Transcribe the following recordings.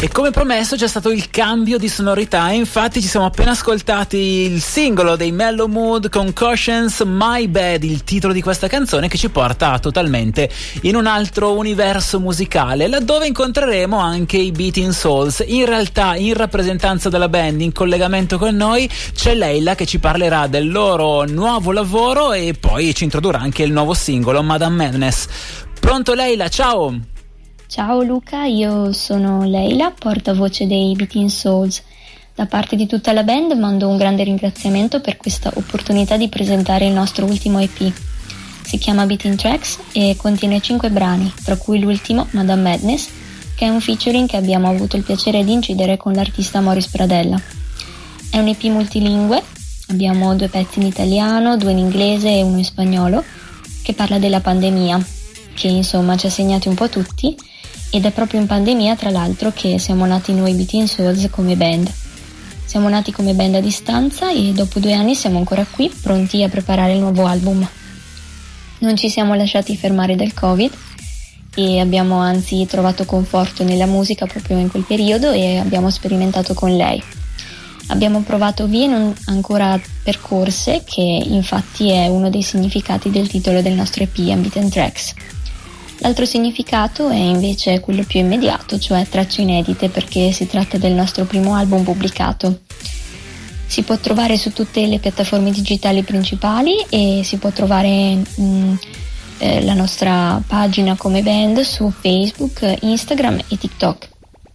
E come promesso c'è stato il cambio di sonorità, infatti ci siamo appena ascoltati il singolo dei Mellow Mood con Cautions, My Bad, il titolo di questa canzone, che ci porta totalmente in un altro universo musicale, laddove incontreremo anche i Beating Souls. In realtà, in rappresentanza della band, in collegamento con noi c'è Leila, che ci parlerà del loro nuovo lavoro e poi ci introdurrà anche il nuovo singolo Madame Madness. Pronto Leila, ciao! Ciao Luca, io sono Leila, portavoce dei Beating Souls. Da parte di tutta la band mando un grande ringraziamento per questa opportunità di presentare il nostro ultimo EP. Si chiama Beating Tracks e contiene 5 brani, tra cui l'ultimo, Madame Madness, che è un featuring che abbiamo avuto il piacere di incidere con l'artista Maurice Pradella. È un EP multilingue, abbiamo 2 pezzi in italiano, 2 in inglese e 1 in spagnolo, che parla della pandemia, che insomma ci ha segnati un po' tutti, ed è proprio in pandemia, tra l'altro, che siamo nati noi Beating Souls come band. Siamo nati come band a distanza e dopo 2 anni siamo ancora qui, pronti a preparare il nuovo album. Non ci siamo lasciati fermare dal Covid e abbiamo anzi trovato conforto nella musica proprio in quel periodo e abbiamo sperimentato con lei. Abbiamo provato vie non ancora percorse, che infatti è uno dei significati del titolo del nostro EP, Beating Tracks. L'altro significato è invece quello più immediato, cioè tracce inedite, perché si tratta del nostro primo album pubblicato. Si può trovare su tutte le piattaforme digitali principali e si può trovare la nostra pagina come band su Facebook, Instagram e TikTok.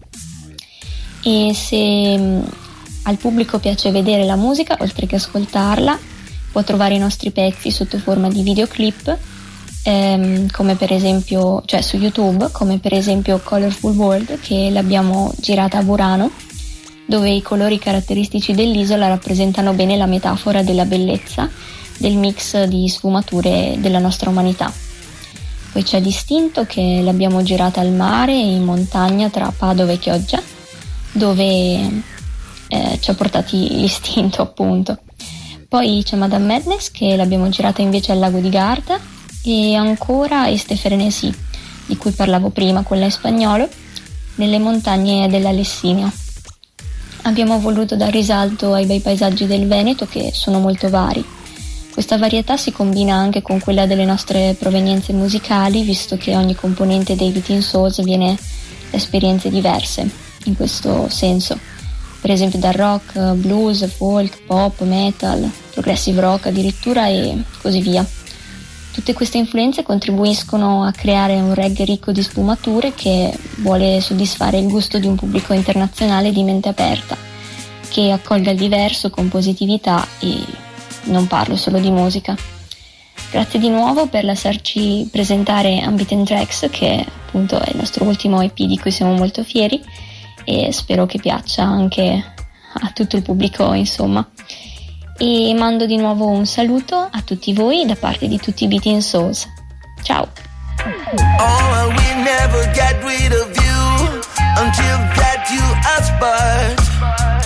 E se al pubblico piace vedere la musica, oltre che ascoltarla, può trovare i nostri pezzi sotto forma di videoclip, come per esempio, cioè su YouTube, come per esempio Colorful World, che l'abbiamo girata a Burano, dove i colori caratteristici dell'isola rappresentano bene la metafora della bellezza del mix di sfumature della nostra umanità. Poi c'è Distinto, che l'abbiamo girata al mare, in montagna tra Padova e Chioggia, dove ci ha portati l'istinto, appunto. Poi c'è Madame Madness, che l'abbiamo girata invece al lago di Garda, e ancora Este Frenesí, di cui parlavo prima, quella in spagnolo, nelle montagne della Lessinia. Abbiamo voluto dar risalto ai bei paesaggi del Veneto, che sono molto vari. Questa varietà si combina anche con quella delle nostre provenienze musicali, visto che ogni componente dei Beating Souls viene da esperienze diverse, in questo senso. Per esempio dal rock, blues, folk, pop, metal, progressive rock addirittura e così via. Tutte queste influenze contribuiscono a creare un reggae ricco di sfumature che vuole soddisfare il gusto di un pubblico internazionale di mente aperta, che accolga il diverso con positività e non parlo solo di musica. Grazie di nuovo per lasciarci presentare Beating Tracks, che appunto è il nostro ultimo EP di cui siamo molto fieri e spero che piaccia anche a tutto il pubblico, insomma. E mando di nuovo un saluto a tutti voi da parte di tutti i Beating Souls. Ciao! Oh, we never get rid of you until that you aspire.